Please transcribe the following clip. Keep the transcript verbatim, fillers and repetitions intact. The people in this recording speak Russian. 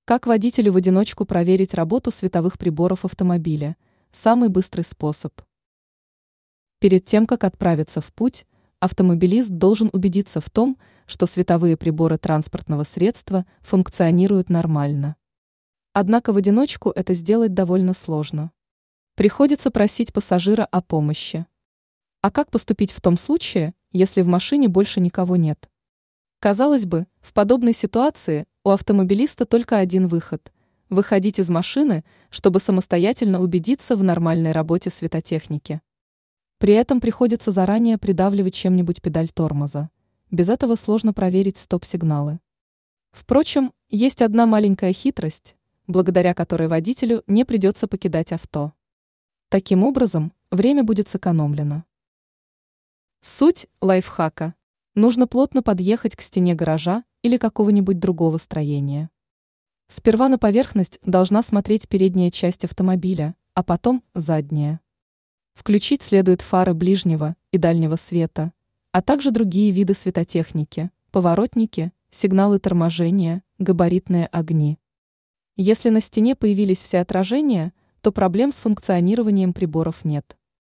Как водителю в одиночку проверить работу световых приборов автомобиля? Самый быстрый способ. Перед тем, как отправиться в путь, автомобилист должен убедиться в том, что световые приборы транспортного средства функционируют нормально. Однако в одиночку это сделать довольно сложно. Приходится просить пассажира о помощи. А как поступить в том случае, если в машине больше никого нет? Казалось бы, в подобной ситуации у автомобилиста только один выход – выходить из машины, чтобы самостоятельно убедиться в нормальной работе светотехники. При этом приходится заранее придавливать чем-нибудь педаль тормоза. Без этого сложно проверить стоп-сигналы. Впрочем, есть одна маленькая хитрость, благодаря которой водителю не придется покидать авто. Таким образом, время будет сэкономлено. Суть лайфхака. Нужно плотно подъехать к стене гаража или какого-нибудь другого строения. Сперва на поверхность должна смотреть передняя часть автомобиля, а потом задняя. Включить следует фары ближнего и дальнего света, а также другие виды светотехники, поворотники, сигналы торможения, габаритные огни. Если на стене появились все отражения, то проблем с функционированием приборов нет.